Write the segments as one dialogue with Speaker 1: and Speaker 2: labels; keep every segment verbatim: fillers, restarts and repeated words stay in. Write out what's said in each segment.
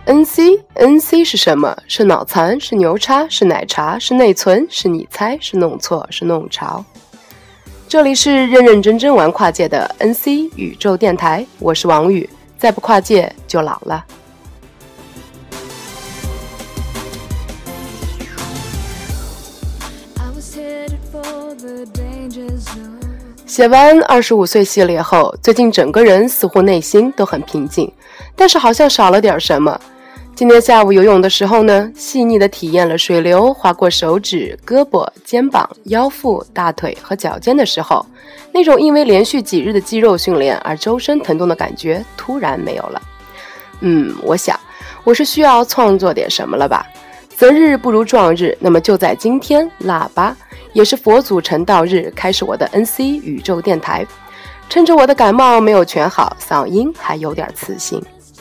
Speaker 1: N C N C 是什么？是脑残，是牛叉，是奶茶，是内存，是你猜，是弄错，是弄潮。这里是认认真真玩跨界的 N C 宇宙电台，我是王宇，再不跨界就老了。写完二十五岁系列后，最近整个人似乎内心都很平静，但是好像少了点什么。今天下午游泳的时候呢，细腻地体验了水流划过手指、胳膊、肩膀、腰腹、大腿和脚尖的时候，那种因为连续几日的肌肉训练而周身疼痛的感觉突然没有了。嗯，我想我是需要创作点什么了吧？择日不如撞日，那么就在今天腊八，也是佛祖成道日，开始我的 N C 宇宙电台。趁着我的感冒没有全好，嗓音还有点磁性。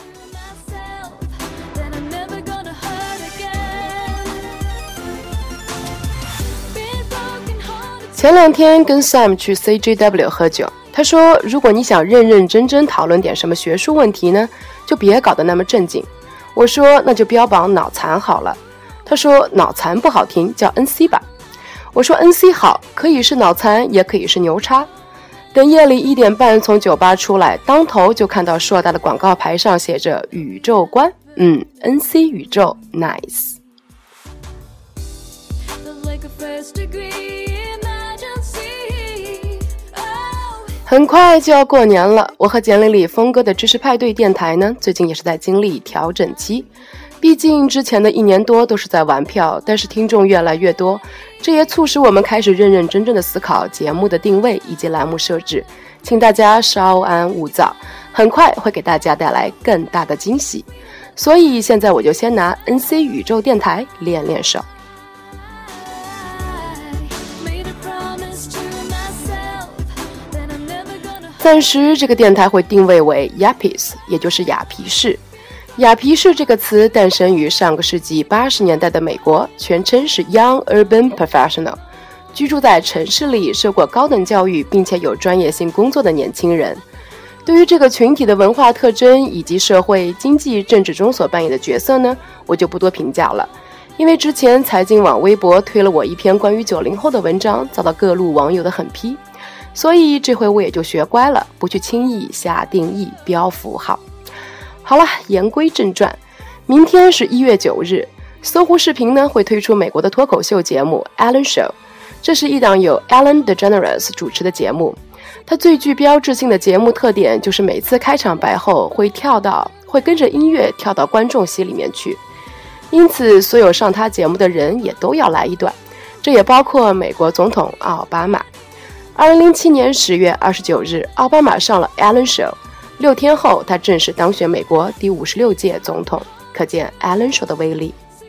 Speaker 1: 前两天跟 Sam 去 C G W 喝酒，他说如果你想认认真真讨论点什么学术问题呢，就别搞得那么正经。我说那就标榜脑残好了。他说脑残不好听，叫 N C 吧。我说 N C 好，可以是脑残，也可以是牛叉。等夜里一点半从酒吧出来，当头就看到硕大的广告牌上写着宇宙观，嗯 N C 宇宙 nice。很快就要过年了，我和简历里峰哥的知识派对电台呢，最近也是在经历调整期。毕竟之前的一年多都是在玩票，但是听众越来越多，这也促使我们开始认认真真的思考节目的定位以及栏目设置，请大家稍安勿躁，很快会给大家带来更大的惊喜。所以现在我就先拿 N C 宇宙电台练练手。暂时这个电台会定位为 Yappies， 也就是雅皮士。雅皮士这个词诞生于上个世纪八十年代的美国，全称是 Young Urban Professional， 居住在城市里，受过高等教育并且有专业性工作的年轻人。对于这个群体的文化特征以及社会、经济、政治中所扮演的角色呢，我就不多评价了，因为之前财经网微博推了我一篇关于九零后的文章，遭到各路网友的狠批。所以这回我也就学乖了，不去轻易下定义标符号。好了，言归正传，明天是一月九日，搜狐视频呢会推出美国的脱口秀节目 Ellen Show， 这是一档由 Ellen DeGeneres 主持的节目。它最具标志性的节目特点就是每次开场白后会跳到会跟着音乐跳到观众席里面去，因此所有上他节目的人也都要来一段，这也包括美国总统奥巴马。二零零七年十月二十九日，奥巴马上了 Ellen Show， 六天后他正式当选美国第五十六届总统，可见 Ellen Show 的威力。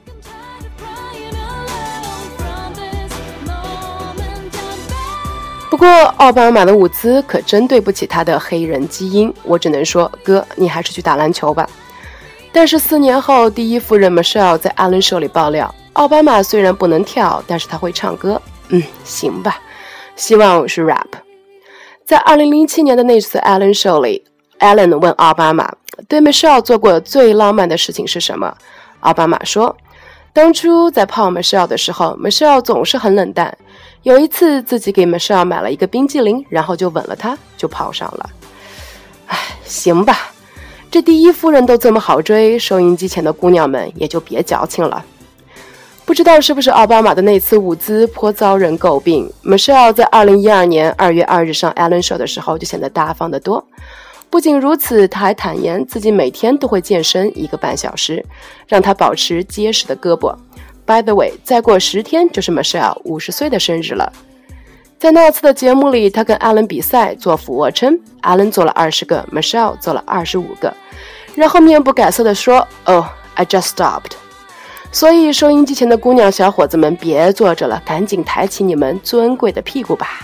Speaker 1: 不过奥巴马的舞姿可真对不起他的黑人基因，我只能说哥，你还是去打篮球吧。但是四年后，第一夫人 Michelle 在 Ellen Show 里爆料，奥巴马虽然不能跳，但是他会唱歌。嗯，行吧，希望是 rap。 在二零零七年的那次 Ellen Show 里， Ellen 问奥巴马对 Michelle 做过最浪漫的事情是什么。奥巴马说，当初在泡 Michelle 的时候， Michelle 总是很冷淡，有一次自己给 Michelle 买了一个冰激凌，然后就吻了她，就泡上了。唉，行吧，这第一夫人都这么好追，收音机前的姑娘们也就别矫情了。不知道是不是奥巴马的那次舞姿颇遭人诟病， Michelle 在二零一二年二月二日上 Ellen Show 的时候就显得大方得多。不仅如此，他还坦言自己每天都会健身一个半小时，让他保持结实的胳膊。 By the way， 再过十天就是 Michelle 五十岁的生日了。在那次的节目里，他跟 Ellen 比赛做俯卧撑， Ellen 做了二十个， Michelle 做了二十五个，然后面不改色地说 Oh, I just stopped。所以收音机前的姑娘小伙子们别坐着了，赶紧抬起你们尊贵的屁股吧。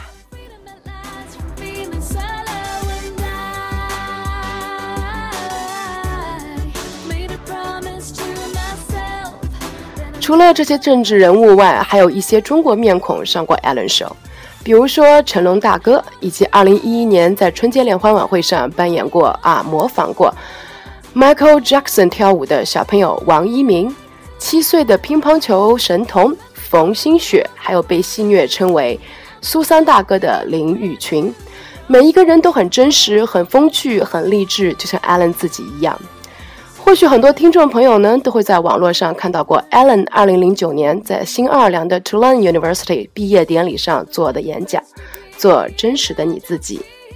Speaker 1: 除了这些政治人物外，还有一些中国面孔上过 Ellen Show， 比如说成龙大哥，以及二零一一年在春节联欢晚会上扮演过啊模仿过 Michael Jackson 跳舞的小朋友王一鸣，七岁的乒乓球神童冯新雪，还有被戏谑称为苏三大哥的林宇群。每一个人都很真实，很风趣，很励志，就像 Alan 自己一样。或许很多听众朋友呢都会在网络上看到过 Alan 二零零九年在新奥尔良的 Tulane University 毕业典礼上做的演讲，做真实的你自己。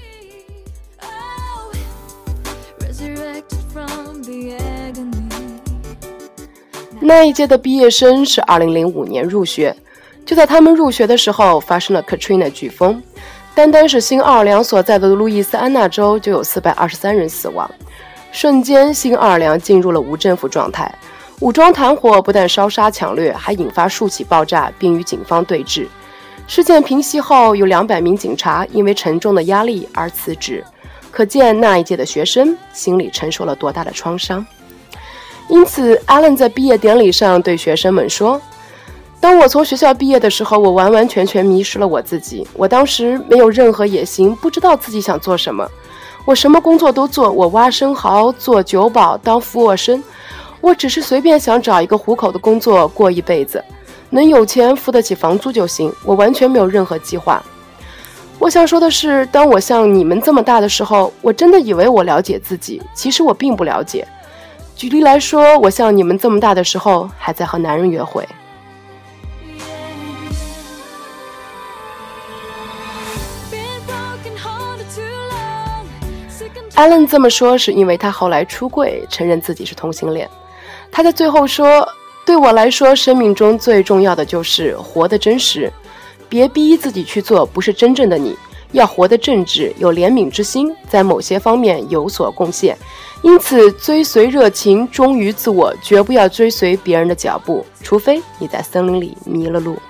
Speaker 1: 那一届的毕业生是二零零五年入学，就在他们入学的时候发生了 Katrina 飓风，单单是新奥尔良所在的路易斯安那州就有四百二十三人死亡，瞬间新奥尔良进入了无政府状态，武装团伙不但烧杀抢掠，还引发数起爆炸并与警方对峙。事件平息后，有两百名警察因为沉重的压力而辞职，可见那一届的学生心里承受了多大的创伤。因此 Alan 在毕业典礼上对学生们说，当我从学校毕业的时候，我完完全全迷失了我自己，我当时没有任何野心，不知道自己想做什么，我什么工作都做，我挖生蚝，做酒保，当俯卧撑，我只是随便想找一个糊口的工作过一辈子，能有钱付得起房租就行，我完全没有任何计划。我想说的是，当我像你们这么大的时候，我真的以为我了解自己，其实我并不了解。举例来说，我像你们这么大的时候，还在和男人约会。Alan 这么说是因为他后来出柜，承认自己是同性恋。他在最后说，对我来说，生命中最重要的就是活得真实，别逼自己去做不是真正的你，要活得正直，有怜悯之心，在某些方面有所贡献。因此追随热情，忠于自我，绝不要追随别人的脚步，除非你在森林里迷了路。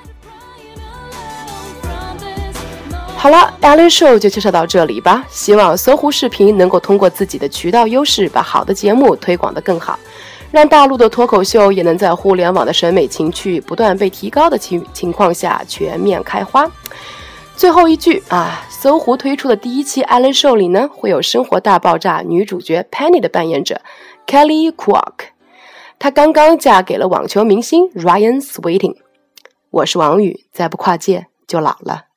Speaker 1: 好了， Alan Show 就介绍到这里吧，希望搜狐视频能够通过自己的渠道优势，把好的节目推广得更好，让大陆的脱口秀也能在互联网的审美情趣不断被提高的情况下全面开花。最后一句啊，搜狐推出的第一期 Alan Show 里呢，会有生活大爆炸女主角 Penny 的扮演者 Kelly Kwok， 她刚刚嫁给了网球明星 Ryan Sweeting。 我是王宇，再不跨界就老了。